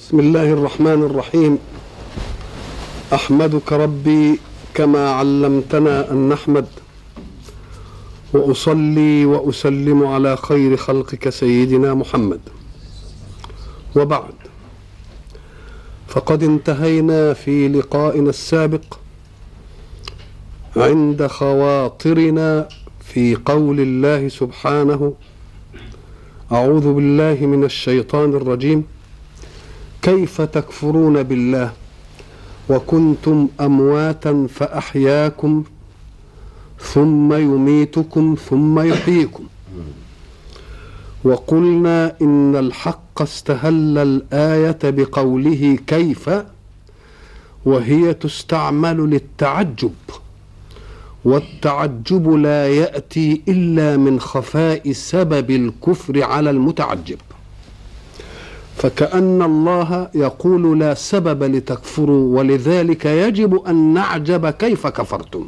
بسم الله الرحمن الرحيم. أحمدك ربي كما علمتنا أن نحمد، وأصلي وأسلم على خير خلقك سيدنا محمد. وبعد، فقد انتهينا في لقائنا السابق عند خواطرنا في قول الله سبحانه: أعوذ بالله من الشيطان الرجيم، كيف تكفرون بالله وكنتم أمواتا فأحياكم ثم يميتكم ثم يحييكم. وقلنا إن الحق استهل الآية بقوله كيف، وهي تستعمل للتعجب، والتعجب لا يأتي إلا من خفاء سبب الكفر على المتعجب، فكأن الله يقول لا سبب لتكفروا، ولذلك يجب أن نعجب كيف كفرتم،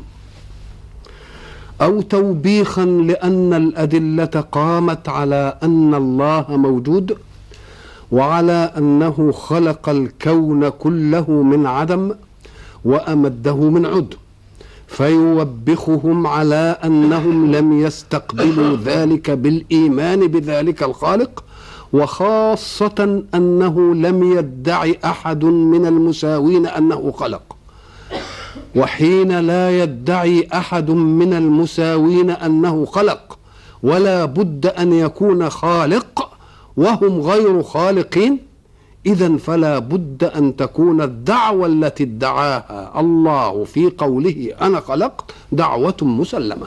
أو توبيخا لأن الأدلة قامت على أن الله موجود، وعلى أنه خلق الكون كله من عدم وأمده من عدم، فيوبخهم على أنهم لم يستقبلوا ذلك بالإيمان بذلك الخالق، وخاصة أنه لم يدعي أحد من المساوين أنه خلق. وحين لا يدعي أحد من المساوين أنه خلق ولا بد أن يكون خالق وهم غير خالقين، إذن فلا بد أن تكون الدعوة التي ادعاها الله في قوله أنا خلقت دعوة مسلمة.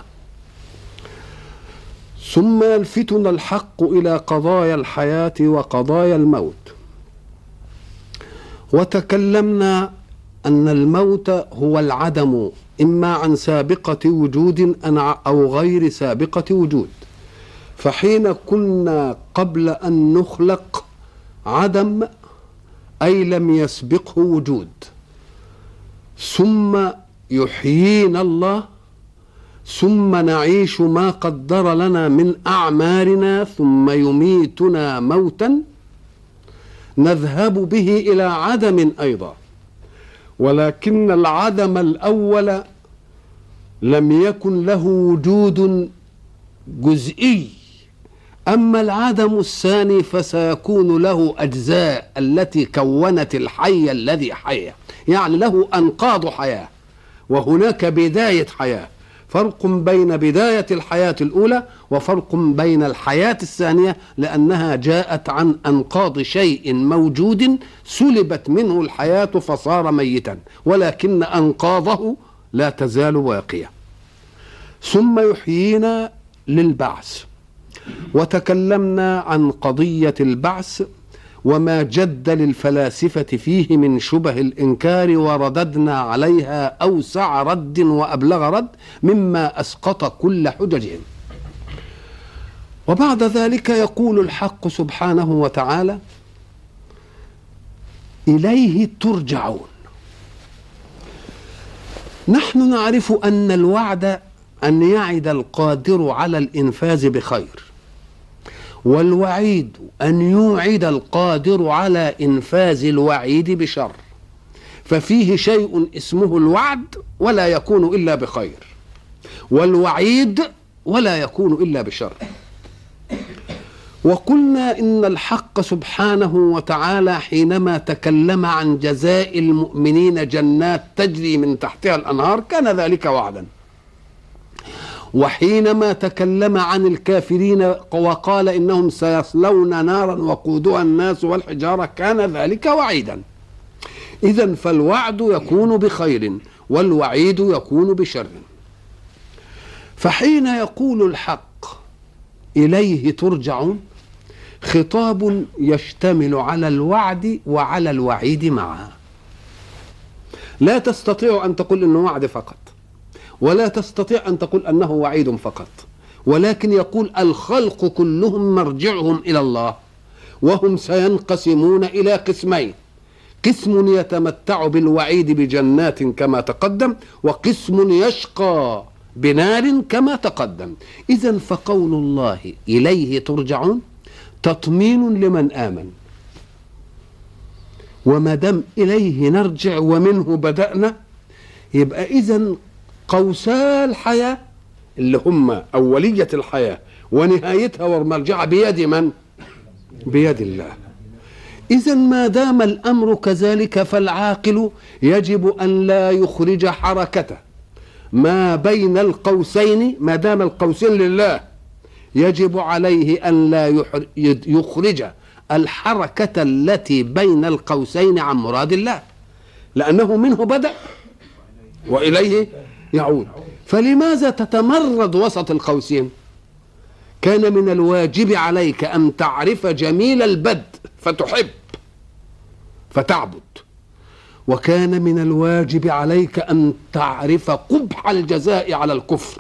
ثم يلفتنا الحق إلى قضايا الحياة وقضايا الموت، وتكلمنا أن الموت هو العدم، إما عن سابقة وجود أو غير سابقة وجود. فحين كنا قبل أن نخلق عدم، أي لم يسبقه وجود، ثم يحيينا الله، ثم نعيش ما قدر لنا من أعمارنا، ثم يميتنا موتا نذهب به إلى عدم أيضا. ولكن العدم الأول لم يكن له وجود جزئي، أما العدم الثاني فسيكون له أجزاء التي كونت الحي الذي حيا، يعني له أنقاض حياة وهناك بداية حياة. فرق بين بداية الحياة الأولى وفرق بين الحياة الثانية، لأنها جاءت عن أنقاض شيء موجود سلبت منه الحياة فصار ميتا، ولكن أنقاضه لا تزال باقية. ثم يحيينا للبعث، وتكلمنا عن قضية البعث وما جد للفلاسفة فيه من شبه الإنكار، ورددنا عليها أوسع رد وأبلغ رد مما أسقط كل حججهم. وبعد ذلك يقول الحق سبحانه وتعالى: إليه ترجعون. نحن نعرف أن الوعد أن يعد القادر على الإنفاذ بخير، والوعيد أن يوعد القادر على إنفاذ الوعيد بشر، ففيه شيء اسمه الوعد ولا يكون إلا بخير، والوعيد ولا يكون إلا بشر. وقلنا إن الحق سبحانه وتعالى حينما تكلم عن جزاء المؤمنين جنات تجري من تحتها الأنهار كان ذلك وعدا، وحينما تكلم عن الكافرين وقال إنهم سيصلون نارا وقودها الناس والحجارة كان ذلك وعيدا. إذن فالوعد يكون بخير والوعيد يكون بشر. فحين يقول الحق إليه ترجعون، خطاب يشتمل على الوعد وعلى الوعيد معا. لا تستطيع أن تقول إنه وعد فقط، ولا تستطيع أن تقول أنه وعيد فقط، ولكن يقول الخلق كلهم مرجعهم إلى الله، وهم سينقسمون إلى قسمين: قسم يتمتع بالوعيد بجنات كما تقدم، وقسم يشقى بنار كما تقدم. إذن فقول الله إليه ترجعون تطمين لمن آمن، وما دام إليه نرجع ومنه بدأنا، يبقى إذن قوسا الحياة اللي هم أولية الحياة ونهايتها ومرجعها بيد من؟ بيد الله. إذن ما دام الأمر كذلك فالعاقل يجب أن لا يخرج حركته ما بين القوسين. ما دام القوسين لله يجب عليه أن لا يخرج الحركة التي بين القوسين عن مراد الله، لأنه منه بدأ وإليه يعود. فلماذا تتمرد وسط القوسين؟ كان من الواجب عليك أن تعرف جميل البدء فتحب فتعبد، وكان من الواجب عليك أن تعرف قبح الجزاء على الكفر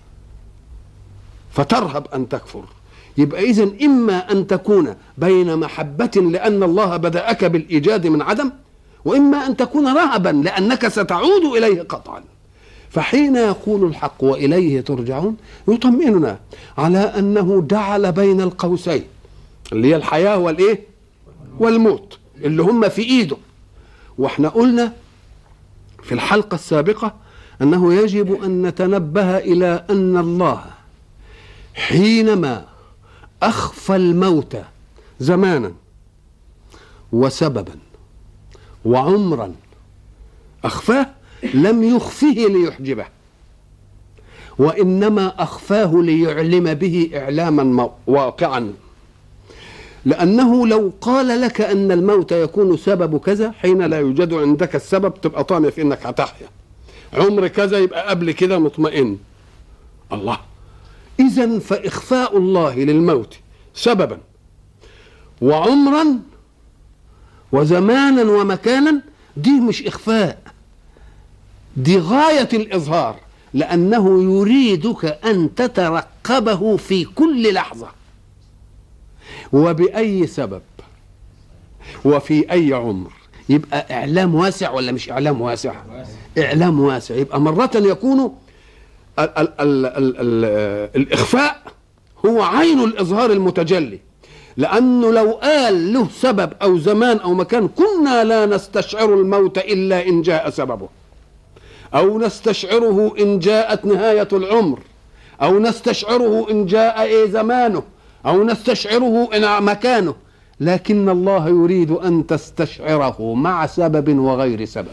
فترهب أن تكفر. يبقى إذن إما أن تكون بين محبة لأن الله بدأك بالإيجاد من عدم، وإما أن تكون رهبا لأنك ستعود إليه قطعا. فحين يقول الحق وإليه ترجعون يطمئننا على أنه جعل بين القوسين اللي هي الحياة والإيه والموت اللي هم في إيده. واحنا قلنا في الحلقة السابقة أنه يجب أن نتنبه إلى أن الله حينما أخفى الموت زمانا وسببا وعمرا أخفاه لم يخفه ليحجبه، وإنما أخفاه ليعلم به إعلاما واقعا. لأنه لو قال لك أن الموت يكون سبب كذا حين لا يوجد عندك السبب تبقى طامع في أنك هتحيا، عمر كذا يبقى قبل كده مطمئن. الله، إذن فإخفاء الله للموت سببا وعمرا وزمانا ومكانا دي مش إخفاء، دي غاية الإظهار، لأنه يريدك أن تترقبه في كل لحظة وبأي سبب وفي أي عمر. يبقى إعلام واسع ولا مش إعلام واسع؟ إعلام واسع. يبقى مرة يكون الإخفاء هو عين الإظهار المتجلي، لأنه لو قال له سبب أو زمان أو مكان كنا لا نستشعر الموت إلا إن جاء سببه، أو نستشعره إن جاءت نهاية العمر، أو نستشعره إن جاء زمانه، أو نستشعره إن مكانه. لكن الله يريد أن تستشعره مع سبب وغير سبب،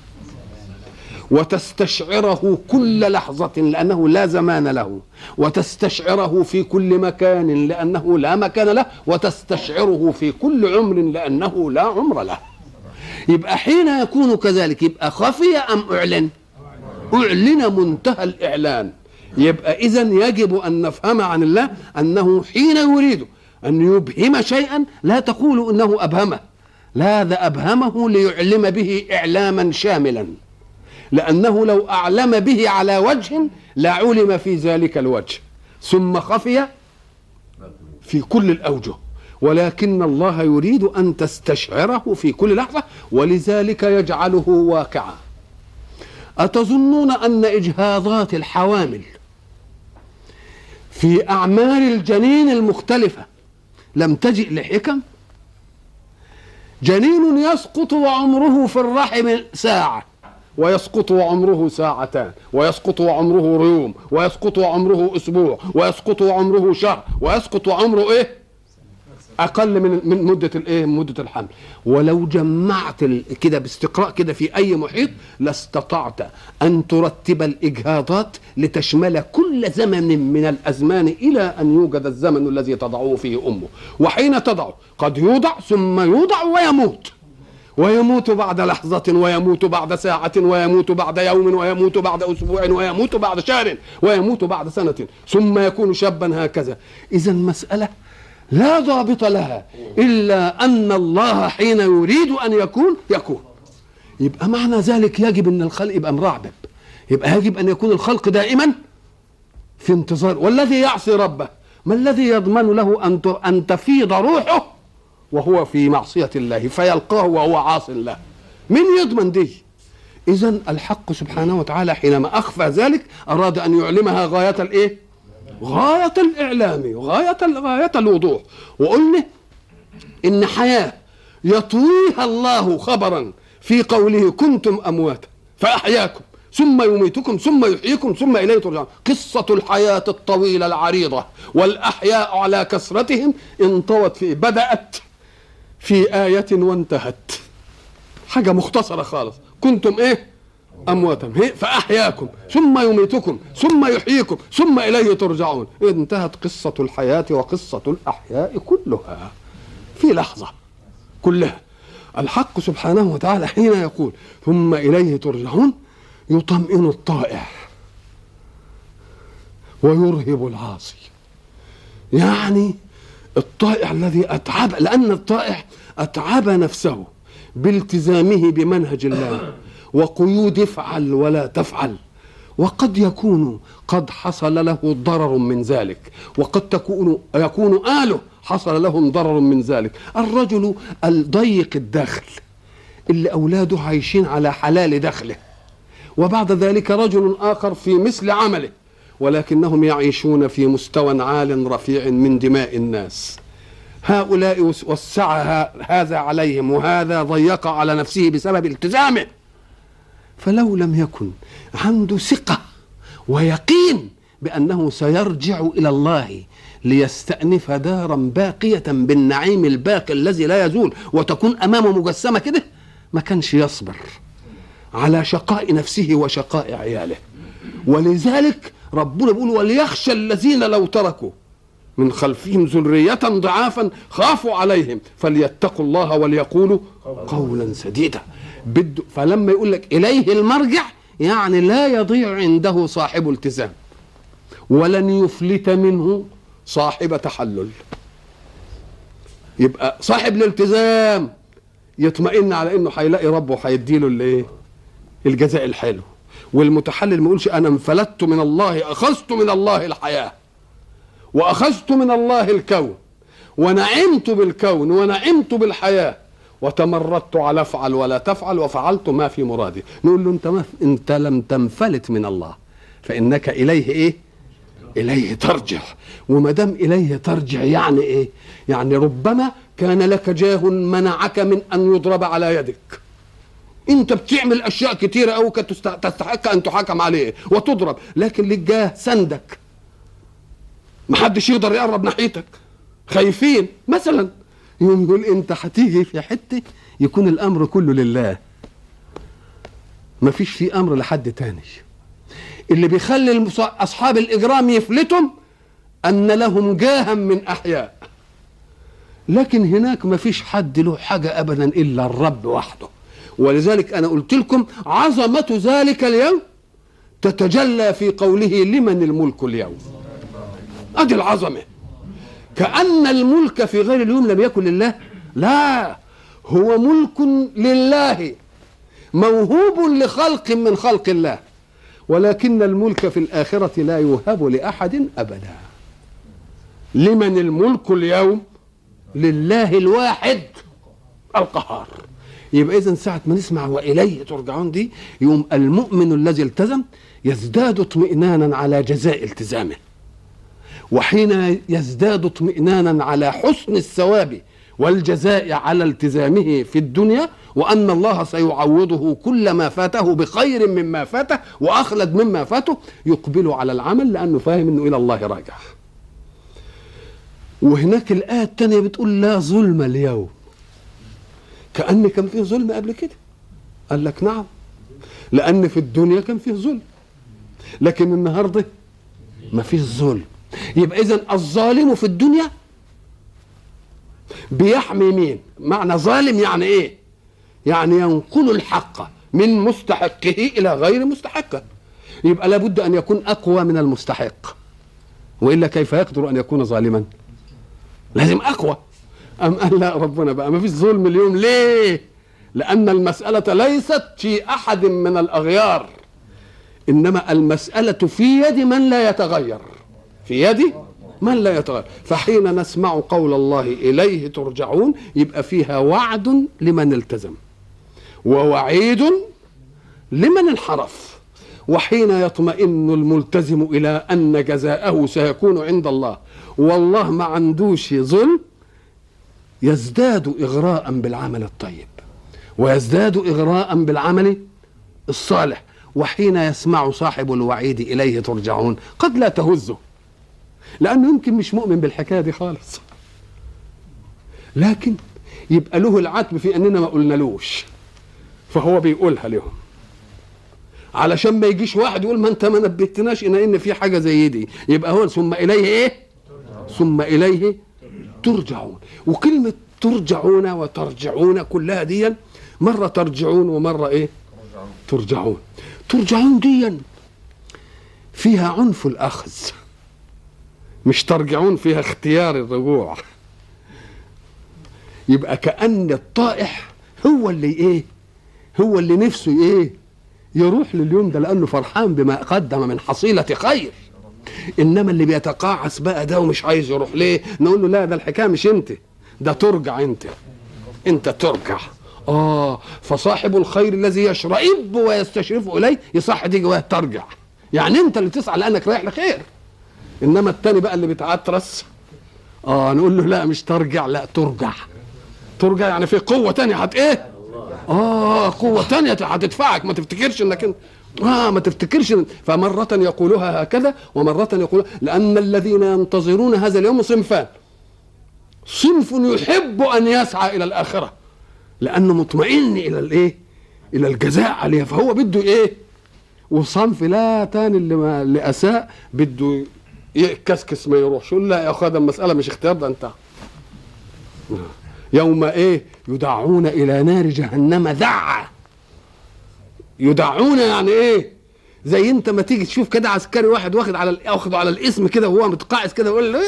وتستشعره كل لحظة لأنه لا زمان له، وتستشعره في كل مكان لأنه لا مكان له، وتستشعره في كل عمر لأنه لا عمر له. يبقى حين يكون كذلك يبقى خفي أم أعلن؟ أعلن منتهى الإعلان. يبقى إذن يجب أن نفهم عن الله أنه حين يريد أن يبهم شيئا لا تقول إنه أبهمه، لا، ذا أبهمه ليعلم به إعلاما شاملا، لأنه لو أعلم به على وجه لعلم في ذلك الوجه ثم خفي في كل الأوجه، ولكن الله يريد أن تستشعره في كل لحظة، ولذلك يجعله واقعا. أتظنون أن إجهاضات الحوامل في أعمار الجنين المختلفة لم تجئ لحكم؟ جنين يسقط وعمره في الرحم ساعة، ويسقط وعمره ساعتان، ويسقط وعمره يوم، ويسقط وعمره أسبوع، ويسقط وعمره شهر، ويسقط وعمره أقل من مدة مدة الحمل. ولو جمعت كده باستقراء كده في أي محيط لاستطعت أن ترتب الإجهاضات لتشمل كل زمن من الأزمان إلى أن يوجد الزمن الذي تضعه فيه أمه. وحين تضعه قد يوضع ثم يوضع ويموت، ويموت بعد لحظة، ويموت بعد ساعة، ويموت بعد يوم، ويموت بعد أسبوع، ويموت بعد شهر، ويموت بعد سنة، ثم يكون شابا هكذا. إذن مسألة لا ضابط لها إلا أن الله حين يريد أن يكون. يبقى معنى ذلك يجب أن الخلق يبقى مرعبب، يبقى يجب أن يكون الخلق دائما في انتظار. والذي يعصي ربه ما الذي يضمن له أن تفيض روحه وهو في معصية الله فيلقاه وهو عاص الله؟ من يضمن دي؟ إذن الحق سبحانه وتعالى حينما أخفى ذلك أراد أن يعلمها غاية غاية الإعلام، غاية الوضوح. وقلنا إن حياة يطويها الله خبرا في قوله كنتم أمواتا فأحياكم ثم يميتكم ثم يحييكم ثم إليه ترجعون. قصة الحياة الطويلة العريضة والأحياء على كثرتهم انطوت في بدأت في آية وانتهت، حاجة مختصرة خالص. كنتم إيه؟ أمواتا فأحياكم ثم يميتكم ثم يحييكم ثم إليه ترجعون. انتهت قصة الحياة وقصة الأحياء كلها في لحظة كلها. الحق سبحانه وتعالى حين يقول ثم إليه ترجعون يطمئن الطائع ويرهب العاصي. يعني الطائع الذي أتعب، لأن الطائع أتعب نفسه بالتزامه بمنهج الله وقيود افعل ولا تفعل، وقد يكون قد حصل له ضرر من ذلك، وقد يكون آله حصل لهم ضرر من ذلك. الرجل الضيق الدخل اللي أولاده عايشين على حلال دخله، وبعد ذلك رجل آخر في مثل عمله ولكنهم يعيشون في مستوى عال رفيع من دماء الناس. هؤلاء وسع هذا عليهم وهذا ضيق على نفسه بسبب التزامه، فلو لم يكن عنده ثقة ويقين بأنه سيرجع إلى الله ليستأنف دارا باقية بالنعيم الباقي الذي لا يزول وتكون أمامه مجسمة كده، ما كانش يصبر على شقاء نفسه وشقاء عياله. ولذلك ربنا بيقول وليخشى الذين لو تركوا من خلفهم ذرية ضعافا خافوا عليهم فليتقوا الله وليقولوا قولا سديدا. فلما يقول لك إليه المرجع يعني لا يضيع عنده صاحب التزام ولن يفلت منه صاحب تحلل. يبقى صاحب الالتزام يطمئن على انه هيلاقي ربه وهيديله الايه؟ الجزاء الحلو. والمتحلل ما يقولش انا انفلتت من الله، اخذت من الله الحياه واخذت من الله الكون ونعمت بالكون ونعمت بالحياه وتمردت على افعل ولا تفعل وفعلت ما في مرادي. نقول له انت لم تنفلت من الله فانك اليه ايه؟ اليه ترجع. وما دام اليه ترجع يعني ايه؟ يعني ربما كان لك جاه منعك من ان يضرب على يدك. انت بتعمل اشياء كتيره او تستحق ان تحاكم عليه وتضرب، لكن لك جاه سندك، محدش يقدر يقرب ناحيتك، خايفين مثلا. يقول انت هتيجي في حته يكون الامر كله لله، مفيش فيه امر لحد تاني. اللي بيخلي اصحاب الاجرام يفلتهم ان لهم جاها من احياء، لكن هناك مفيش حد له حاجه ابدا الا الرب وحده. ولذلك انا قلت لكم عظمه ذلك اليوم تتجلى في قوله لمن الملك اليوم. ادي العظمه، كأن الملك في غير اليوم لم يكن لله، لا، هو ملك لله موهوب لخلق من خلق الله، ولكن الملك في الآخرة لا يوهب لأحد أبدا. لمن الملك اليوم؟ لله الواحد القهار. يبقى إذن ساعة ما نسمع وإليه ترجعون دي، يوم المؤمن الذي التزم يزداد اطمئنانا على جزاء التزامه، وحين يزداد اطمئنانا على حسن الثواب والجزاء على التزامه في الدنيا، وأن الله سيعوضه كل ما فاته بخير مما فاته وأخلد مما فاته، يقبل على العمل لأنه فاهم أنه إلى الله راجع. وهناك الآية الثانية بتقول لا ظلم اليوم، كأن كان فيه ظلم قبل كده. قال لك نعم، لأن في الدنيا كان فيه ظلم، لكن النهاردة ما فيه ظلم. يبقى إذن الظالم في الدنيا بيحمي مين؟ معنى ظالم يعني إيه؟ يعني ينقل الحق من مستحقه إلى غير مستحقه. يبقى لابد أن يكون أقوى من المستحق، وإلا كيف يقدر أن يكون ظالما؟ لازم أقوى. أم قال لا، ربنا بقى ما فيش ظلم اليوم. ليه؟ لأن المسألة ليست في أحد من الأغيار، إنما المسألة في يد من لا يتغير، في يد من لا يتغير. فحين نسمع قول الله إليه ترجعون يبقى فيها وعد لمن التزم ووعيد لمن انحرف. وحين يطمئن الملتزم إلى أن جزاءه سيكون عند الله والله ما عندوش ظلم، يزداد إغراء بالعمل الطيب ويزداد إغراء بالعمل الصالح. وحين يسمع صاحب الوعيد إليه ترجعون قد لا تهزه، لأنه يمكن مش مؤمن بالحكاية دي خالص، لكن يبقى له العتب في أننا ما قلنالوش، فهو بيقولها لهم علشان ما يجيش واحد يقول ما انت ما نبهتناش ان في حاجة زي دي. يبقى هو ثم إليه ايه؟ ثم إليه ترجعون. وكلمة ترجعون وترجعون كلها دي مرة ترجعون ومرة ايه؟ ترجعون. ترجعون دي فيها عنف الأخذ، مش ترجعون فيها اختيار الرجوع. يبقى كأن الطائح هو اللي ايه؟ هو اللي نفسه ايه؟ يروح لليوم ده لأنه فرحان بما قدم من حصيلة خير. إنما اللي بيتقاعس بقى ده ومش عايز يروح ليه، نقول له لا، ده الحكاية مش انت، ده ترجع انت ترجع. فصاحب الخير الذي يشرئب ويستشرف إليه يصح دي جواه ترجع، يعني انت اللي تسعى لأنك رايح لخير. إنما التاني بقى اللي بيتعترس نقول له لا مش ترجع، لا ترجع يعني في قوة تانية ايه؟ قوة تانية هتدفعك، ما تفتكرش انك انت ما تفتكرش. فمرة يقولها هكذا ومرة يقولها، لأن الذين ينتظرون هذا اليوم صنفان. صنف يحب أن يسعى إلى الآخرة لأنه مطمئن إلى الإيه؟ إلى الجزاء عليها، فهو بده إيه؟ وصنف لا تاني اللي أساء بده يكسكس ما يروحش، يقول لا يا أخي هذا المسألة مش اختيار، ده أنت يوم ايه؟ يدعون الى نار جهنم دعا. يدعون يعني ايه؟ زي انت ما تيجي تشوف كده عسكري واحد واخده على الاسم كده وهو متقاعس كده ويقول له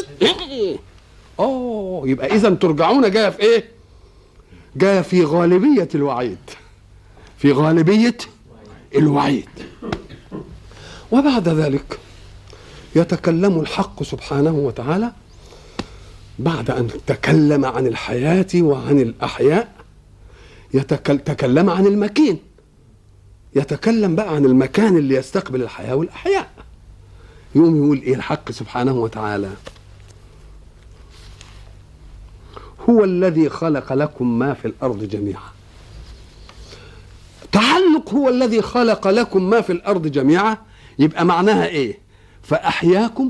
يبقى اذا ترجعون جايه في ايه؟ جايه في غالبيه الوعيد، في غالبيه الوعيد. وبعد ذلك يتكلم الحق سبحانه وتعالى بعد أن تكلم عن الحياة وعن الأحياء تكلم عن المكين، يتكلم بقى عن المكان اللي يستقبل الحياة والأحياء. يقوم يقول إيه الحق سبحانه وتعالى؟ هو الذي خلق لكم ما في الأرض جميعا. تعلق هو الذي خلق لكم ما في الأرض جميعا، يبقى معناها إيه؟ فأحياكم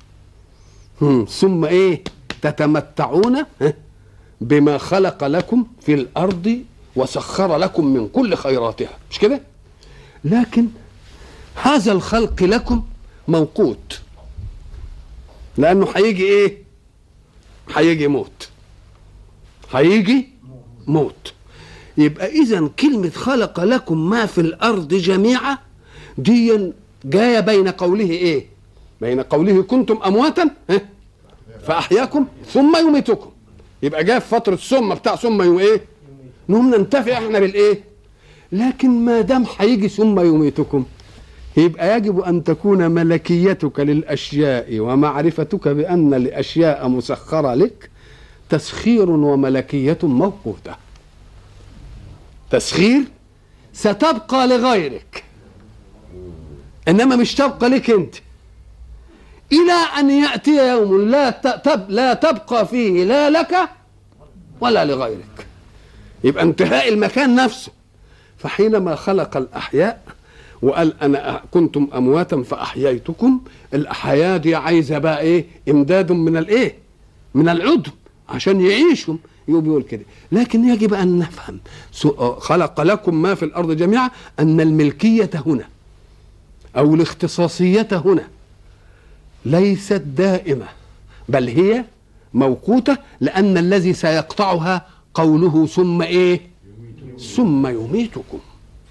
ثم إيه؟ تتمتعون بما خلق لكم في الأرض وسخر لكم من كل خيراتها، مش كده؟ لكن هذا الخلق لكم موقوت، لأنه هيجي إيه؟ هيجي موت. يبقى إذن كلمة خلق لكم ما في الأرض جميعا دي جاية بين قوله إيه؟ بين قوله كنتم أمواتا فأحياكم ثم يميتكم. يبقى جاء في فترة ثم بتاع ثم ايه؟ نقوم ننتفع احنا بالايه؟ لكن ما دام هيجي ثم يميتكم يبقى يجب ان تكون ملكيتك للاشياء ومعرفتك بان الاشياء مسخرة لك تسخير وملكية موقوتة. تسخير ستبقى لغيرك انما مش تبقى لك انت، إلى أن يأتي يوم لا تبقى فيه لا لك ولا لغيرك. يبقى انتهاء المكان نفسه. فحينما خلق الأحياء وقال أنا كنتم أمواتا فأحييتكم، الأحياء دي عايزة بقى إيه؟ إمداد من الإيه؟ من العدم عشان يعيشوا. يقول كده. لكن يجب أن نفهم خلق لكم ما في الأرض جميعا أن الملكية هنا أو الاختصاصية هنا ليست دائمة، بل هي موقوتة، لأن الذي سيقطعها قوله ثم إيه؟ ثم يميتكم.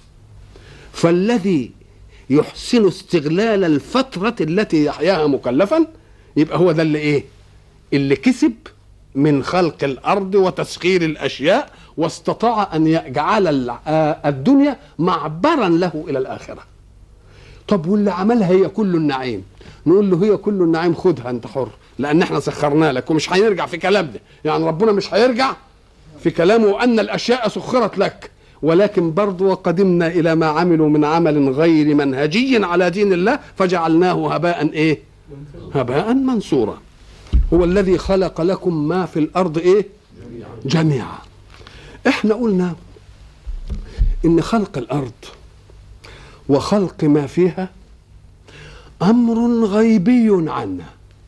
فالذي يحسن استغلال الفترة التي يحياها مكلفا يبقى هو ده اللي إيه؟ اللي كسب من خلق الأرض وتسخير الأشياء واستطاع أن يجعل الدنيا معبرا له إلى الآخرة. طب واللي عملها هي كل النعيم، نقول له هي كل النعيم خدها انت حر، لان احنا سخرنا لك ومش هيرجع في كلامنا. يعني ربنا مش هيرجع في كلامه ان الاشياء سخرت لك، ولكن برضو وقدمنا الى ما عملوا من عمل غير منهجي على دين الله فجعلناه هباء ايه؟ هباء منصورا. هو الذي خلق لكم ما في الارض ايه؟ جميعا. احنا قلنا ان خلق الارض وخلق ما فيها امر غيبي عنا،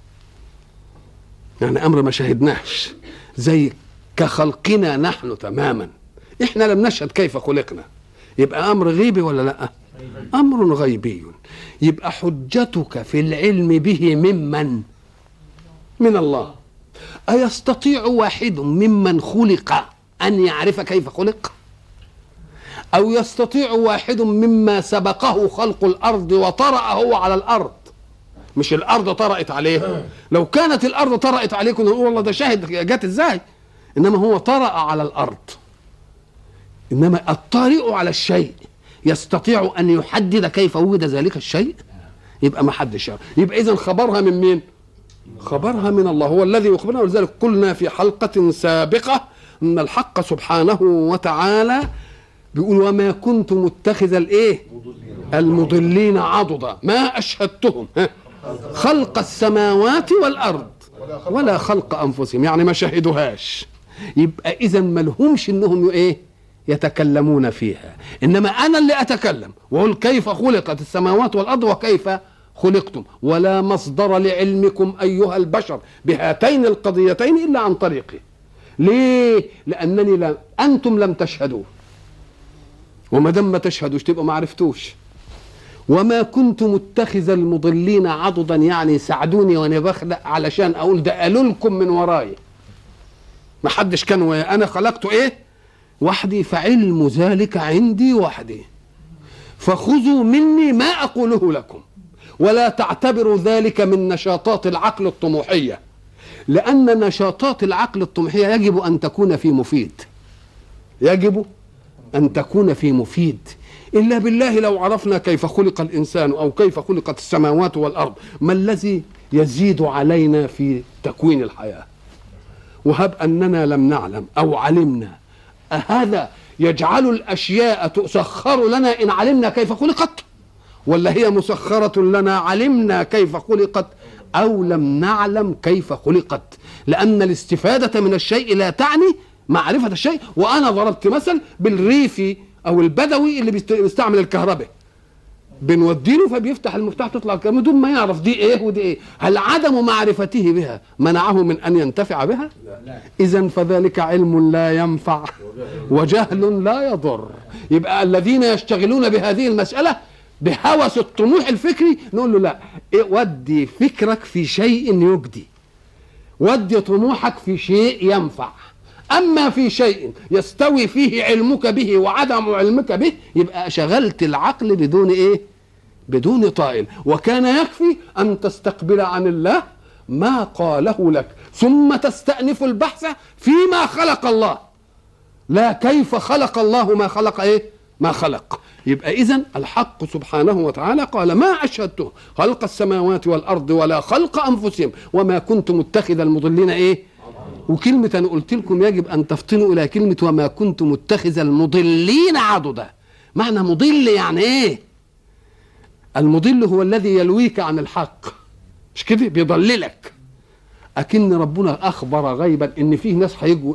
يعني امر ما شاهدناش، زي كخلقنا نحن تماما. احنا لم نشهد كيف خلقنا، يبقى امر غيبي ولا لا؟ امر غيبي. يبقى حجتك في العلم به ممن؟ من الله. أيستطيع واحد ممن خلق أن يعرف كيف خلق؟ أو يستطيع واحد مما سبقه خلق الأرض وطرأ هو على الأرض؟ مش الأرض طرأت عليه، لو كانت الأرض طرأت عليه كنا نقول والله ده شاهد جات إزاي، إنما هو طرأ على الأرض. إنما الطارئ على الشيء يستطيع أن يحدد كيف وجد ذلك الشيء؟ يبقى ما حدش يعرف. يبقى إذن خبرها من مين؟ خبرها من الله، هو الذي يخبرنا. ولذلك قلنا في حلقة سابقة أن الحق سبحانه وتعالى بيقول وما كنت متخذ المضلين عضدا ما أشهدتهم خلق السماوات والأرض ولا خلق أنفسهم، يعني ما شهدوهاش. يبقى إذن ما لهمش إنهم يتكلمون فيها، إنما أنا اللي أتكلم وأقول كيف خلقت السماوات والأرض وكيف خلقتم، ولا مصدر لعلمكم أيها البشر بهاتين القضيتين إلا عن طريقي. ليه؟ لأنني أنتم لم تشهدوا، وما دام ما تشهدوش تبقى ما عرفتوش. وما كنت متخذ المضلين عضدا، يعني ساعدوني وانا بخلق علشان اقول ده قالوا لكم من وراي، ما حدش كان ويا انا خلقته وحدي، فعلم ذلك عندي وحدي، فخذوا مني ما اقوله لكم، ولا تعتبروا ذلك من نشاطات العقل الطموحية، لأن نشاطات العقل الطموحية يجب أن تكون في مفيد، يجب أن تكون في مفيد. إلا بالله لو عرفنا كيف خلق الإنسان أو كيف خلقت السماوات والأرض، ما الذي يزيد علينا في تكوين الحياة؟ وهب أننا لم نعلم أو علمنا، أهذا يجعل الأشياء تسخر لنا إن علمنا كيف خلقت، ولا هي مسخرة لنا علمنا كيف خلقت أو لم نعلم كيف خلقت؟ لأن الاستفادة من الشيء لا تعني معرفة الشيء. وأنا ضربت مثل بالريفي أو البدوي اللي بيستعمل الكهرباء، بنوديله فبيفتح المفتاح تطلع الكهرباء بدون ما يعرف دي إيه ودي إيه. هل عدم معرفته بها منعه من أن ينتفع بها؟ إذن فذلك علم لا ينفع وجهل لا يضر. يبقى الذين يشتغلون بهذه المسألة بهوس الطموح الفكري نقول له لا، ودي فكرك في شيء يجدي، ودي طموحك في شيء ينفع. أما في شيء يستوي فيه علمك به وعدم علمك به يبقى شغلت العقل بدون طائل. وكان يكفي أن تستقبل عن الله ما قاله لك، ثم تستأنف البحث فيما خلق الله، لا كيف خلق الله ما خلق ما خلق. يبقى إذن الحق سبحانه وتعالى قال ما أشهدته خلق السماوات والأرض ولا خلق أنفسهم وما كنت متخذ المضلين وكلمة أنا قلت لكم يجب أن تفطنوا إلى كلمة وما كنت متخذ المضلين عضدا. معنى مضل يعني المضل هو الذي يلويك عن الحق، مش كده؟ بيضللك. أكن ربنا أخبر غيبا إن فيه ناس هيجوا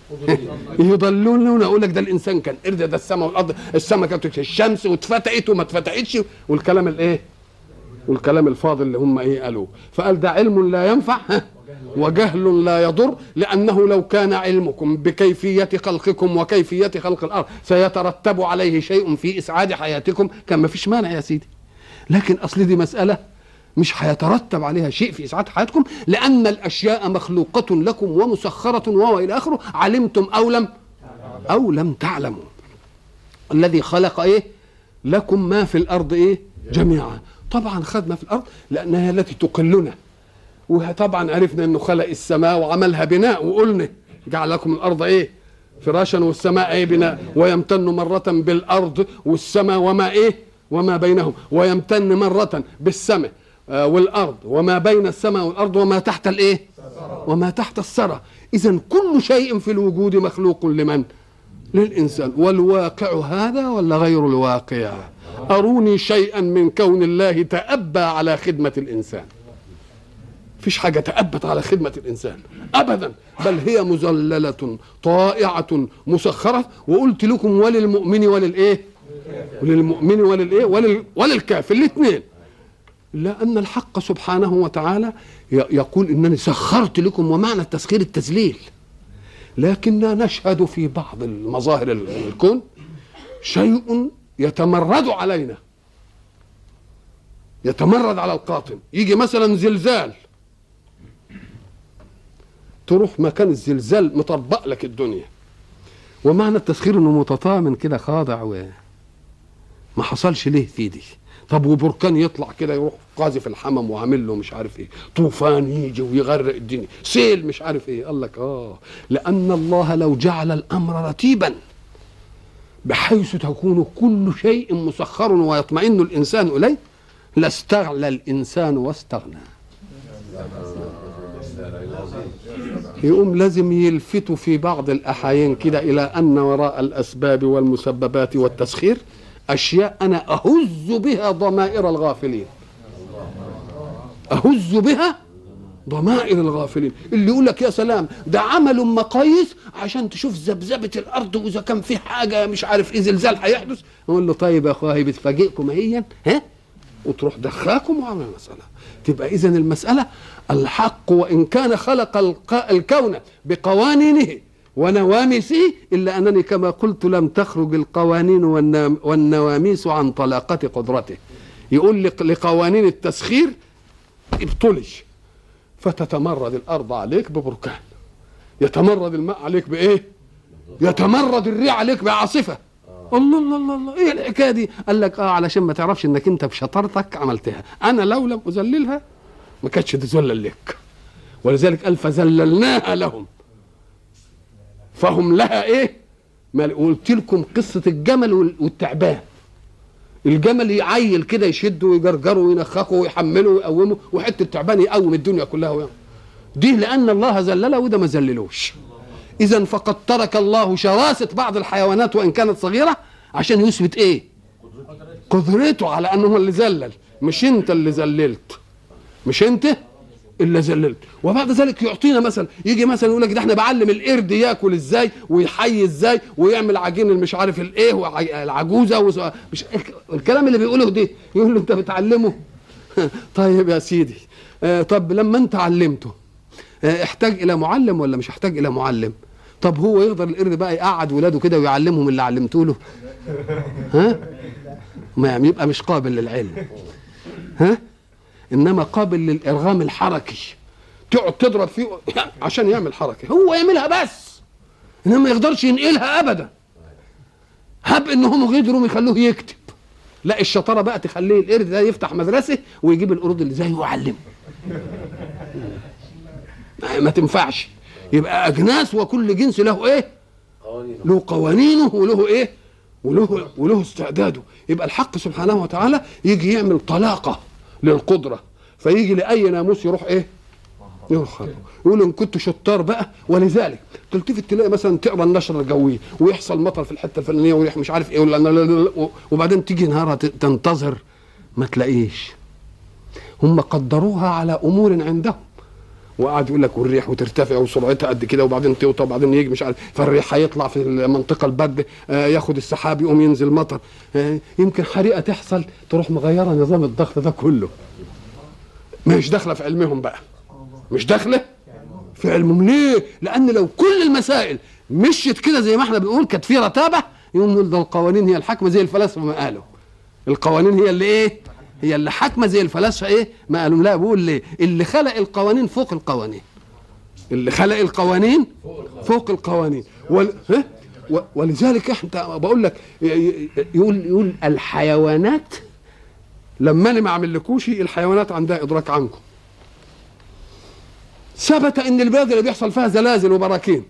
يضلون. أقول لك ده الإنسان كان قرد، ده السماء والأرض، السماء كانت الشمس واتفتقت وما اتفتقتش، والكلام والكلام الفاضل اللي هم قالوه. فقال ده علم لا ينفع وجهل لا يضر، لأنه لو كان علمكم بكيفية خلقكم وكيفية خلق الأرض سيترتب عليه شيء في إسعاد حياتكم كان ما فيش مانع يا سيدي. لكن أصل دي مسألة مش هيترتب عليها شيء في إسعاد حياتكم، لأن الأشياء مخلوقة لكم ومسخرة وإلى آخره، علمتم أو لم تعلموا. الذي خلق لكم ما في الأرض جميعا. طبعا خدنا في الأرض لأنها التي تقلنا، وطبعا عرفنا أنه خلق السماء وعملها بناء، وقلنا جعل لكم الأرض فراشا والسماء بناء، ويمتن مرة بالأرض والسماء وما بينهم، ويمتن مرة بالسماء والأرض وما بين السماء والأرض وما تحت وما تحت الثرى. إذن كل شيء في الوجود مخلوق لمن؟ للإنسان. والواقع هذا ولا غير الواقع؟ أروني شيئا من كون الله تأبى على خدمة الإنسان، فيش حاجة تأبت على خدمة الإنسان أبدا، بل هي مذللة طائعة مسخرة. وقلت لكم وللمؤمن وللإيه؟ وللمؤمن وللإيه؟ وللكافر الاثنين. لأن الحق سبحانه وتعالى يقول إنني سخرت لكم، ومعنى التسخير التذليل. لكننا نشهد في بعض المظاهر الكون شيء يتمرد علينا، يتمرد على القاطن. يجي مثلا زلزال، تروح مكان الزلزال مطبق لك الدنيا. ومعنى التسخير انه متطامن كده خاضع وما حصلش ليه في دي. طب وبركان يطلع كده يروح قاذف الحمم وعامل له مش عارف ايه، طوفان يجي ويغرق الدنيا، سيل مش عارف ايه. قال لك لان الله لو جعل الامر رتيبا بحيث تكون كل شيء مسخر ويطمئن الانسان اليه لاستغلى الانسان واستغنى. يقوم لازم يلفتوا في بعض الأحيان كده إلى أن وراء الأسباب والمسببات والتسخير أشياء أنا أهز بها ضمائر الغافلين، أهز بها ضمائر الغافلين. اللي يقول لك يا سلام ده عمل مقاييس عشان تشوف ذبذبة الأرض وإذا كان في حاجة مش عارف إيه زلزال هيحدث. أقول له طيب يا أخويا هي بتفاجئكم هي وتروح دخاكم وعمل المسألة. تبقى إذن المسألة الحق وإن كان خلق الكون بقوانينه ونواميسه، إلا أنني كما قلت لم تخرج القوانين والنواميس عن طلاقة قدرته. يقول لقوانين التسخير ابطلي، فتتمرد الأرض عليك ببركان، يتمرد الماء عليك بإيه؟ يتمرد الريح عليك بعاصفة. الله الله الله الله، ايه الحكايه دي؟ قال لك علشان ما تعرفش انك انت بشطارتك عملتها، انا لو لم اذللها ما كانتش تذلل لك. ولذلك قال فذللناها لهم فهم لها ايه؟ قلت لكم قصه الجمل والتعبان. الجمل يعيل كده يشده ويجرجره وينخخه ويحمله ويقومه، وحته التعبان يقوم الدنيا كلها دي لان الله ذلله وده ما ذللوش. إذن فقد ترك الله شراسة بعض الحيوانات وإن كانت صغيرة عشان يثبت إيه؟ قدرته على أنه اللي ذلل، مش أنت اللي ذللت، مش أنت اللي ذللت. وبعد ذلك يعطينا مثلا، يجي مثلا يقول لك ده احنا بعلم القرد ياكل ازاي ويحيي ازاي ويعمل عجين المش عارف الايه والعجوزه مش الكلام اللي بيقوله ده. يقول له انت بتعلمه طيب يا سيدي، طب لما انت علمته احتاج الى معلم ولا مش احتاج الى معلم؟ طب هو يقدر القرد بقى يقعد ولاده كده ويعلمهم اللي علمته له؟ ما يبقى مش قابل للعلم، انما قابل للارغام الحركي. تقعد تضرب فيه عشان يعمل حركه، هو يعملها بس انما ما يقدرش ينقلها ابدا. هب انهم قدروا يخلوه يكتب، لا الشطاره بقى تخليه القرد ده يفتح مدرسه ويجيب القرود اللي زيه ويعلمه. ما تنفعش. يبقى اجناس وكل جنس له ايه؟ له قوانينه وله ايه؟ وله استعداده. يبقى الحق سبحانه وتعالى يجي يعمل طلاقه للقدره، فيجي لاي ناموس يروح ايه؟ يروح يقول ان كنت شطار بقى. ولذلك تلتفت تلاقي مثلا تقرا النشره الجويه ويحصل مطر في الحته الفلانيه ويروح مش عارف ايه وبعدين تيجي نهارها تنتظر ما تلاقيش. هم قدروها على امور عندهم، وقعد يقول لك والريح وترتفع وسرعتها قد كده وبعدين توطى وبعدين يجي مش عارف، فالريح هيطلع في المنطقه البرد ياخد السحاب يقوم ينزل مطر، يمكن حريقه تحصل تروح مغيره نظام الضغط ده كله. مش داخله في علمهم بقى، مش داخله في علمهم. ليه؟ لان لو كل المسائل مشيت كده زي ما احنا بنقول كانت في رتابه، يقوم نقول ده القوانين هي الحاكمه زي الفلاسفه ما قالوا. القوانين هي اللي ايه؟ هي اللي حاكمه زي الفلاسفه ايه؟ ما قالوا. لا، بقول ليه؟ اللي خلق القوانين فوق القوانين، اللي خلق القوانين فوق القوانين. ولذلك احنا بقول لك يقول الحيوانات لما انا ما اعملكوش، الحيوانات عندها ادراك عنكم. ثبت ان البلاد اللي بيحصل فيها زلازل وبراكين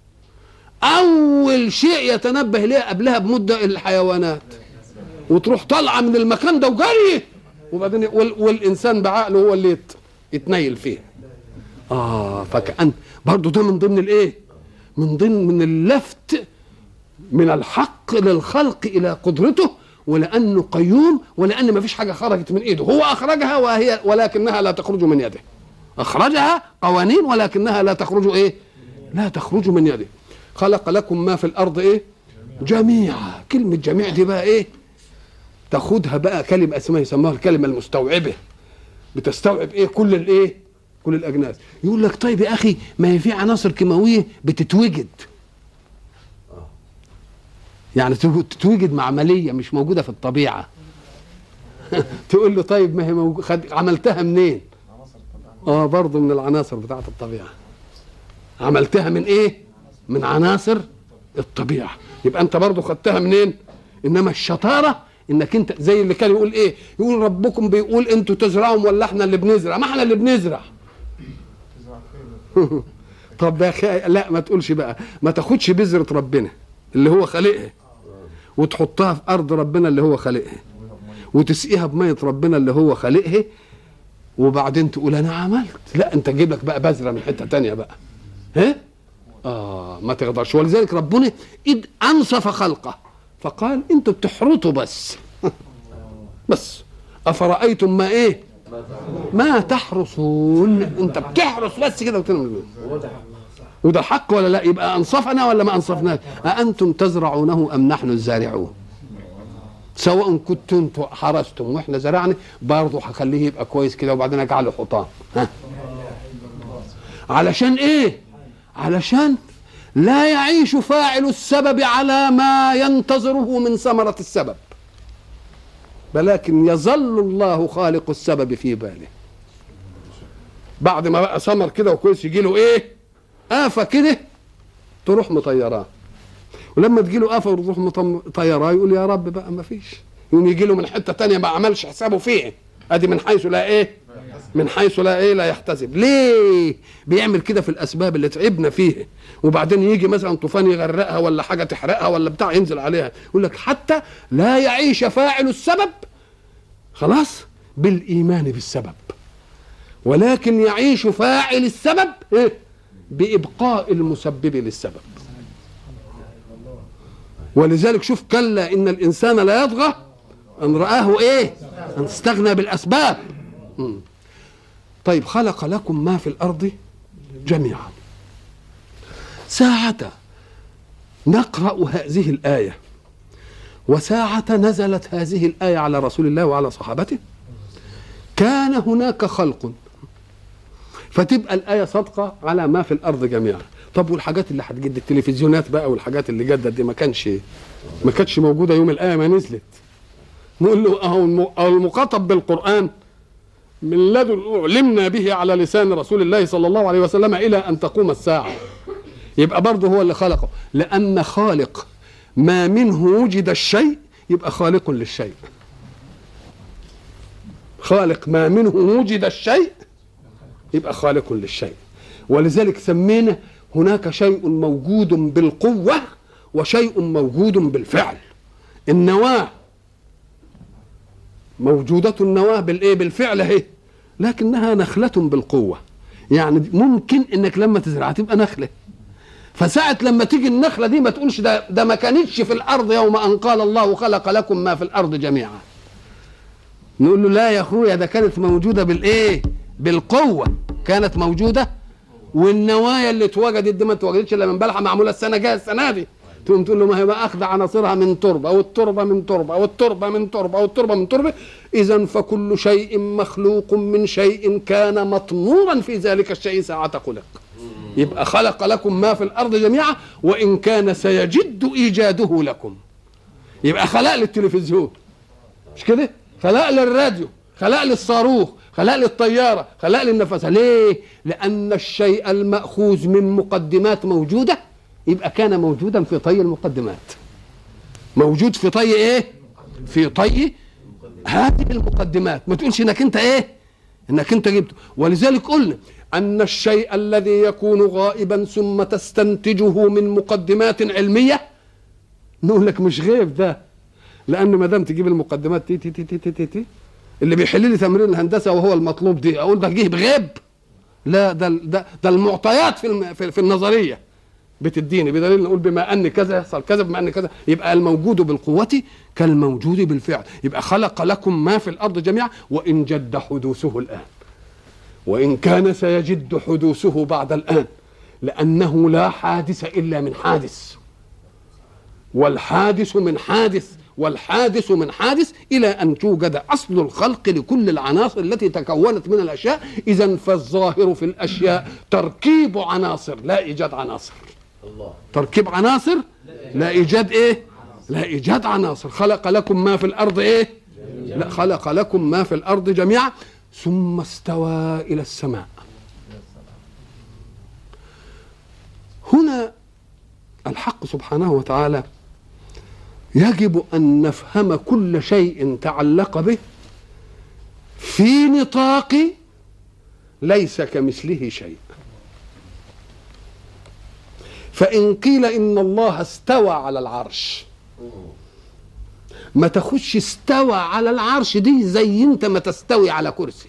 اول شيء يتنبه ليه قبلها بمده الحيوانات، وتروح طالعه من المكان ده وجري، وبعدين والانسان بعقله هو اللي يتنيل فيه. فكأن برضو ده من ضمن الايه؟ من اللفت من الحق للخلق الى قدرته، ولانه قيوم، ولان ما فيش حاجه خرجت من ايده، هو اخرجها ولكنها لا تخرج من يده. أخرجها قوانين ولكنها لا تخرج إيه؟ لا تخرج من يده. خلق لكم ما في الأرض إيه؟ جميعا. كلمة جميع دي بقى إيه؟ تاخدها بقى كلمة اسمها يسموها الكلمة المستوعبة، بتستوعب إيه؟ كل الإيه؟ كل الأجناس. يقول لك طيب يا أخي ما هي في عناصر كيماوية بتتوجد، يعني تتوجد معملية مش موجودة في الطبيعة. تقول له طيب ما هي عملتها منين؟ برضه من العناصر بتاعت الطبيعة. عملتها من ايه؟ من عناصر الطبيعة. يبقى انت برضه خدتها منين؟ انما الشطارة انك انت زي اللي كان يقول ايه؟ يقول ربكم بيقول انتوا تزرعوا ولا احنا اللي بنزرع؟ ما احنا اللي بنزرع. طب يا اخي لا ما تقولش بقى، ما تاخدش بذرة ربنا اللي هو خالقها وتحطها في ارض ربنا اللي هو خالقها وتسقيها بمية ربنا اللي هو خالقها وبعدين تقول انا عملت. لا انت تجيب لك بقى بذره من حته تانية بقى. ما تقدرش. ولذلك ربنا اذ انصف خلقه فقال انتوا بتحرطوا بس. بس افرايتم ما ايه؟ ما تحرصون. انت بتحرص بس كده وده حق ولا لا؟ يبقى انصفنا ولا ما انصفناش؟ اانتم تزرعونه ام نحن الزارعون؟ سواء كنتم انتوا حرستم واحنا زرعنا برضه هخليه يبقى كويس كده وبعدين اجعله حطام. علشان ايه؟ علشان لا يعيش فاعل السبب على ما ينتظره من ثمرة السبب، ولكن يظل الله خالق السبب في باله. بعد ما بقى ثمر كده وكويس يجي له ايه؟ آفة كده تروح مطيراه، ولما تجي له آفة وتروح مطيراه يقول يا رب بقى ما فيش، يقوم يجي له من حتة تانية ما عملش حسابه فيه. ادي من حيث لا ايه؟ من حيث لا ايه؟ لا يحتسب. ليه بيعمل كده في الاسباب اللي تعبنا فيه؟ وبعدين يجي مثلا طوفان يغرقها ولا حاجه تحرقها ولا بتاع ينزل عليها، يقول لك حتى لا يعيش فاعل السبب خلاص بالايمان بالسبب، ولكن يعيش فاعل السبب إيه؟ بابقاء المسبب للسبب. ولذلك شوف كلا ان الانسان لا يطغى ان رآه ايه؟ ان استغنى بالاسباب. طيب خلق لكم ما في الارض جميعا. ساعة نقرأ هذه الآية وساعة نزلت هذه الآية على رسول الله وعلى صحابته كان هناك خلق، فتبقى الآية صادقة على ما في الأرض جميعا. طب والحاجات اللي هتجد التلفزيونات بقى والحاجات اللي جدت دي ما كانتش موجودة يوم الآية ما نزلت. نقول له أهو المخاطب بالقرآن من لدن علمنا به على لسان رسول الله صلى الله عليه وسلم إلى أن تقوم الساعة. يبقى برضه هو اللي خلقه، لأن خالق ما منه وجد الشيء يبقى خالق للشيء. خالق ما منه وجد الشيء يبقى خالق للشيء. ولذلك سمينا هناك شيء موجود بالقوة وشيء موجود بالفعل. النواة موجودة، النواة بالإيه؟ بالفعل اهي، لكنها نخلة بالقوة. يعني ممكن انك لما تزرعها تبقى نخلة، فساعة لما تيجي النخلة دي ما تقولش ده ما كانتش في الأرض يوم أن قال الله خلق لكم ما في الأرض جميعا. نقول له لا يا أخويا ده كانت موجودة بالإيه؟ بالقوة كانت موجودة. والنوايا اللي اتوجدت دي ما اتوجدتش إلا من بلحة معمولة السنة جاية السنة دي. تقوم تقول له ما هي بقى أخذ عناصرها من تربة والتربة من تربة والتربة من تربة والتربة من تربة. إذن فكل شيء مخلوق من شيء كان مطمورا في ذلك الشيء ساعة خلق. يبقى خلق لكم ما في الأرض جميعا وإن كان سيجد إيجاده لكم. يبقى خلق للتلفزيون مش كده؟ خلق للراديو، خلق للصاروخ، خلق للطيارة، خلق للنفس. ليه؟ لأن الشيء المأخوذ من مقدمات موجودة يبقى كان موجودا في طي المقدمات. موجود في طي ايه؟ في طي هذه المقدمات. ما تقولش انك انت ايه؟ انك انت جبته. ولذلك قلنا ان الشيء الذي يكون غائبا ثم تستنتجه من مقدمات علمية نقول لك مش غيب ده، لان ما دام تجيب المقدمات تي تي تي تي تي تي اللي بيحل لي تمرين الهندسة وهو المطلوب دي اقول ده جه بغيب؟ لا، ده المعطيات في النظرية بتديني بدليل نقول بما ان كذا يحصل كذا بما ان كذا. يبقى الموجود بالقوة كالموجود بالفعل. يبقى خلق لكم ما في الأرض جميعا وإن جد حدوثه الآن. وإن كان سيجد حدوثه بعد الآن، لأنه لا حادث إلا من حادث، والحادث من حادث، والحادث من حادث، إلى أن توجد أصل الخلق لكل العناصر التي تكونت من الأشياء. إذن فالظاهر في الأشياء تركيب عناصر لا إيجاد عناصر. تركيب عناصر لا إيجاد إيه؟ لا إيجاد عناصر. خلق لكم ما في الأرض إيه؟ لا، خلق لكم ما في الأرض جميعا ثم استوى إلى السماء. هنا الحق سبحانه وتعالى يجب أن نفهم كل شيء تعلق به في نطاق ليس كمثله شيء. فإن قيل إن الله استوى على العرش، ما تخش استوى على العرش دي زي انت ما تستوي على كرسي.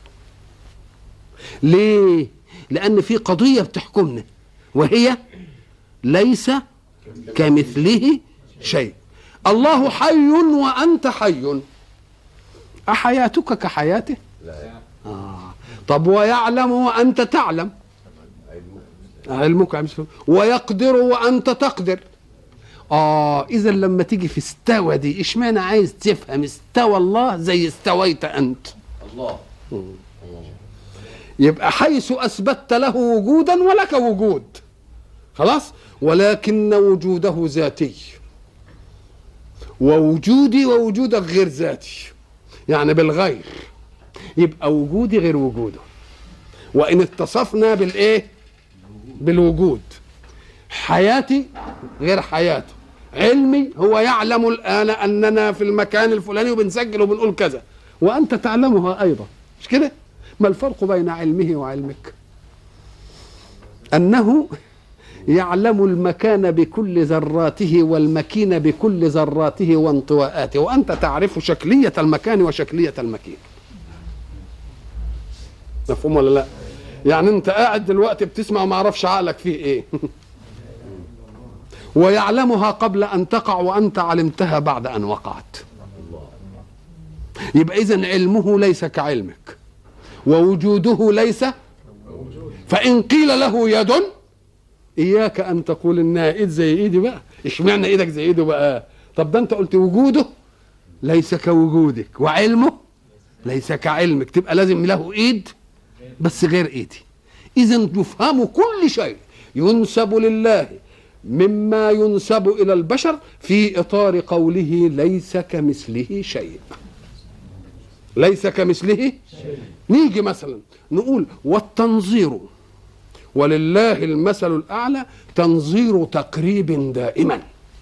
ليه؟ لأن في قضية بتحكمنا، وهي ليس كمثله شيء. الله حي وأنت حي، أحياتك كحياته؟ طب ويعلم وأنت تعلم؟ علمك ويقدر وأنت تقدر. إذا لما تيجي في استوى دي، إيش معنى عايز تفهم استوى الله زي استويت أنت؟ الله. يبقى حيث أثبتت له وجودا ولك وجود، خلاص، ولكن وجوده ذاتي، ووجودي ووجودك غير ذاتي، يعني بالغير. يبقى وجودي غير وجوده، وإن اتصفنا بالإيه؟ بالوجود. حياتي غير حياته، علمي هو يعلم الآن أننا في المكان الفلاني وبنسجل وبنقول كذا، وأنت تعلمها أيضا، مش كده؟ ما الفرق بين علمه وعلمك؟ أنه يعلم المكان بكل ذراته والمكين بكل ذراته وانطواءاته، وأنت تعرف شكلية المكان وشكلية المكين. مفهوم ولا لا؟ يعني أنت قاعد دلوقتي بتسمع وما عرفش عقلك فيه إيه. ويعلمها قبل أن تقع وأنت علمتها بعد أن وقعت. يبقى إذن علمه ليس كعلمك، ووجوده ليس. فإن قيل له يد، إياك أن تقول إنها إيد زي إيدي بقى. إيش معنى إيدك زي إيده بقى؟ طب ده أنت قلت وجوده ليس كوجودك، وعلمه ليس كعلمك، تبقى لازم له إيد بس غير إيدي. إذن يفهم كل شيء ينسب لله مما ينسب إلى البشر في إطار قوله ليس كمثله شيء. ليس كمثله شيء. نيجي مثلا نقول والتنظير ولله المثل الأعلى تنظير تقريب دائما.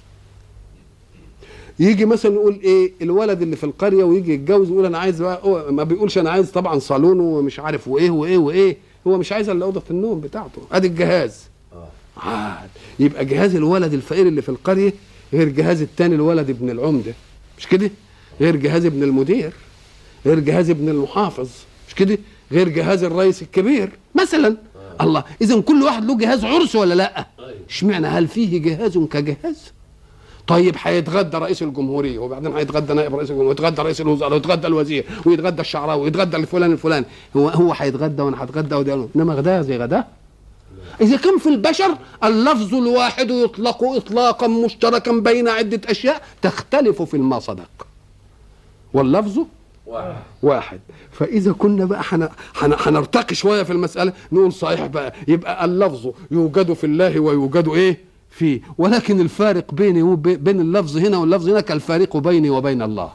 يجي مثلا نقول ايه، الولد اللي في القرية ويجي يتجوز يقول انا عايز، ما بيقولش انا عايز طبعا صالون ومش عارف وايه وايه وايه، هو مش عايز الا اوضه النوم بتاعته، ادي الجهاز. يبقى جهاز الولد الفقير اللي في القرية غير جهاز التاني الولد ابن العمدة، مش كده؟ غير جهاز ابن المدير، غير جهاز ابن المحافظ، مش كده؟ غير جهاز الرئيس الكبير مثلا. الله، اذا كل واحد له جهاز عرس ولا لا؟ اشمعنى؟ هل فيه جهاز كجهاز؟ طيب هيتغدى رئيس الجمهوريه، وبعدين هيتغدى نائب رئيس الجمهوريه، ويتغدى رئيس الوزراء، ويتغدى الوزير، ويتغدى الشعراوي، ويتغدى الفلان الفلاني. هو هيتغدى وانا هتغدى وده، انما غداه زي غداه. إذا كان في البشر اللفظ الواحد يطلق إطلاقا مشتركا بين عدة أشياء تختلف في المصدق، واللفظ واحد. فإذا كنا بقى هنرتقي شوية في المسألة، نقول صحيح بقى، يبقى اللفظ يوجد في الله ويوجد إيه فيه، ولكن الفارق بيني وبين اللفظ هنا واللفظ هنا كالفارق بيني وبين الله.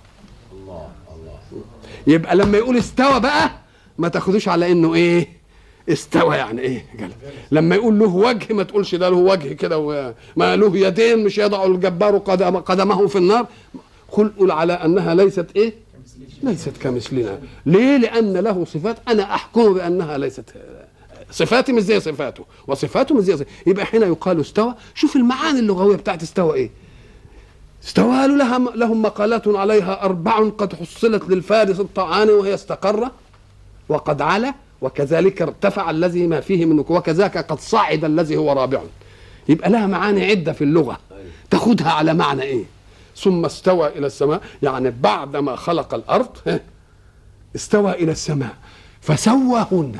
يبقى لما يقول استوى بقى ما تاخدوش على إنه إيه استوى، يعني ايه قال. لما يقول له وجه ما تقولش ده له وجه كده، ما له يدين مش يضع الجبار قدمه في النار. قل على انها ليست ايه، ليست كمثلنا. ليه؟ لان له صفات انا احكم بانها ليست، صفاتي مش زي صفاته وصفاته مش زي صفاته. يبقى حين يقال استوى، شوف المعاني اللغويه بتاعت استوى ايه. استوى لهم مقالات عليها 4 قد حصلت للفارس الطعان وهي استقر وقد علا، وكذلك ارتفع الذي ما فيه منه، وكذاك قد صعد الذي هو رابع. يبقى لها معاني عدة في اللغة، تاخدها على معنى ايه. ثم استوى إلى السماء، يعني بعدما خلق الأرض استوى إلى السماء. فسواهن.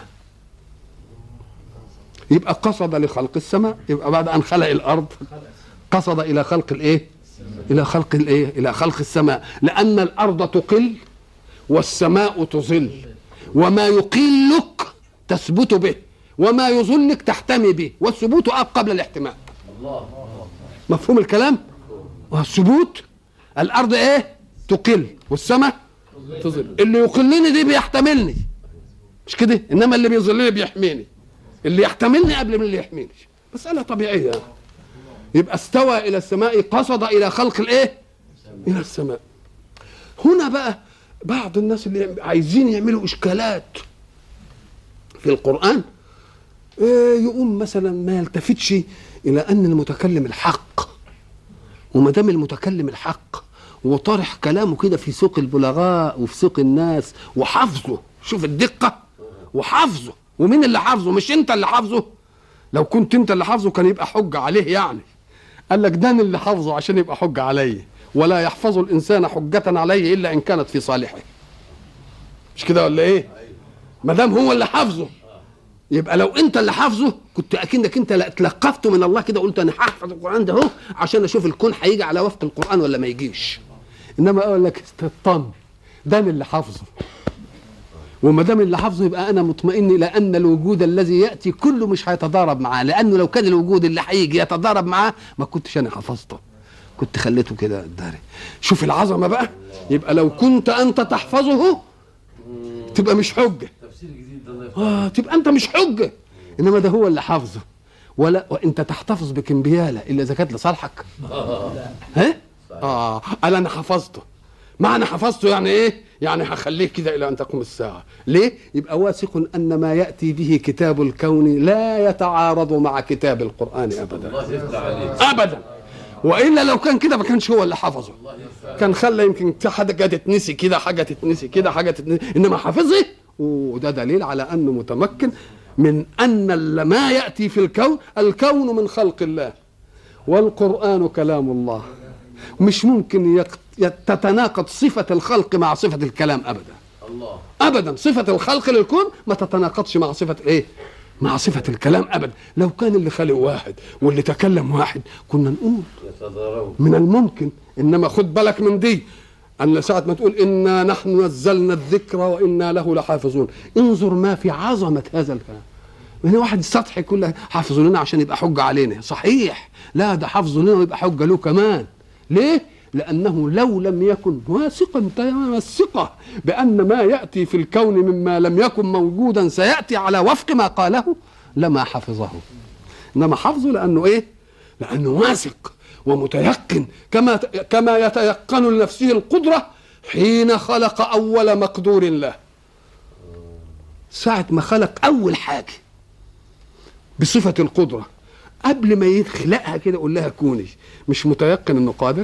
يبقى قصد لخلق السماء، يبقى بعد ان خلق الارض قصد الى خلق الايه؟ الى خلق السماء، لان الارض تقل والسماء تظل، وما يقلك تثبت به وما يظلك تحتمي به، والثبوت قبل الاحتماء. مفهوم الكلام؟ والثبوت الارض ايه؟ تقل والسماء تظل. اللي يقلني دي بيحتملني، مش كده؟ انما اللي بيظلني بيحميني، اللي يحتملني قبل من اللي يحميني. مسألة طبيعية. يبقى استوى الى السماء، قصد الى خلق الايه؟ الى السماء. هنا بقى بعض الناس اللي عايزين يعملوا اشكالات في القرآن يقوم مثلا ما يلتفتش الى ان المتكلم الحق، وما دام المتكلم الحق وطرح كلامه كده في سوق البلغاء وفي سوق الناس وحافظه، شوف الدقة، وحافظه. ومين اللي حافظه؟ مش انت اللي حافظه. لو كنت انت اللي حافظه كان يبقى حجة عليه يعني. قال لك ده اللي حافظه عشان يبقى حجة عليه، ولا يحفظ الانسان حجة عليه الا ان كانت في صالحه. مش كده ولا ايه؟ ما دام هو اللي حافظه، يبقى لو انت اللي حافظه كنت اكنك انت اتلقفته من الله كده، قلت انا هحفظ القرآن ده اهو عشان اشوف الكون هيجي على وفق القرآن ولا ما يجيش. انما اقول لك استطن، ده اللي حافظه، وما دام اللي حافظه يبقى انا مطمئن الى ان الوجود الذي ياتي كله مش هيتضارب معاه، لانه لو كان الوجود اللي هيجي يتضارب معاه ما كنتش انا حفظته، كنت خليته كده داري. شوف العظمه بقى. يبقى لو كنت انت تحفظه تبقى مش حجه، تبقى انت مش حجه، انما ده هو اللي حافظه. وانت تحتفظ بكمبياله الا اذا كانت لصالحك. قال انا حفظته. معنى حفظته يعني ايه؟ يعني هخليه كده الى ان تقوم الساعه. ليه؟ يبقى واثق ان ما ياتي به كتاب الكون لا يتعارض مع كتاب القران ابدا ابدا. والا لو كان كده ما كانش هو اللي حفظه، كان خلى يمكن حاجه تتنسي كده، حاجه تتنسي كده، حاجه تتنسي، انما حفظه. وده دليل على انه متمكن من ان ما ياتي في الكون من خلق الله، والقران كلام الله. مش ممكن تتناقض صفة الخلق مع صفة الكلام أبدا. أبدا. صفة الخلق للكون ما تتناقضش مع صفة إيه؟ مع صفة الكلام أبدا. لو كان اللي خلق واحد واللي تكلم واحد كنا نقول من الممكن. إنما خد بالك من دي، أن ساعة ما تقول إنا نحن نزلنا الذكر وإنا له لحافظون، انظر ما في عظمة هذا الكلام. من واحد سطحي كله حافظ لنا عشان يبقى حجة علينا، صحيح، لا ده حافظ لنا ويبقى حجة له كمان. ليه؟ لأنه لو لم يكن واثقا تمام الثقة بأن ما يأتي في الكون مما لم يكن موجودا سيأتي على وفق ما قاله لما حفظه. إنما حفظه لأنه إيه؟ لأنه واثق ومتيقن، كما يتيقن لنفسه القدرة حين خلق أول مقدور له. ساعة ما خلق أول حاجة بصفة القدرة، قبل ما يخلقها كده يقول لها كوني، مش متيقن انه قادر؟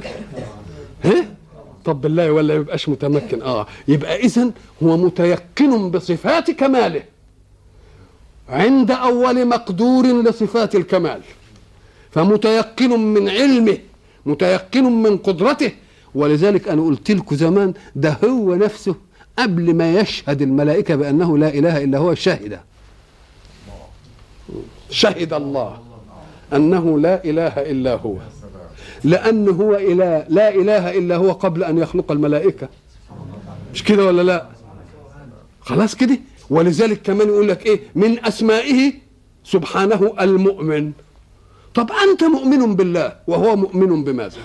طب بالله ولا يبقاش متمكن؟ يبقى اذن هو متيقن بصفات كماله عند اول مقدور لصفات الكمال، فمتيقن من علمه، متيقن من قدرته. ولذلك انا قلت لكم زمان ده هو نفسه قبل ما يشهد الملائكة بانه لا اله الا هو شهد الله أنه لا إله إلا هو، لأنه هو إله، لا إله إلا هو قبل أن يخلق الملائكة. مش كده ولا لا؟ خلاص كده. ولذلك كمان يقول لك إيه؟ من أسمائه سبحانه المؤمن. طب أنت مؤمن بالله وهو مؤمن بماذا؟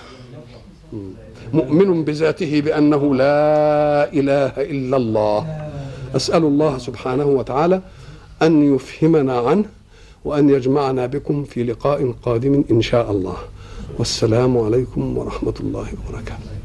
مؤمن بذاته بأنه لا إله إلا الله. أسأل الله سبحانه وتعالى أن يفهمنا عنه، وأن يجمعنا بكم في لقاء قادم إن شاء الله. والسلام عليكم ورحمة الله وبركاته.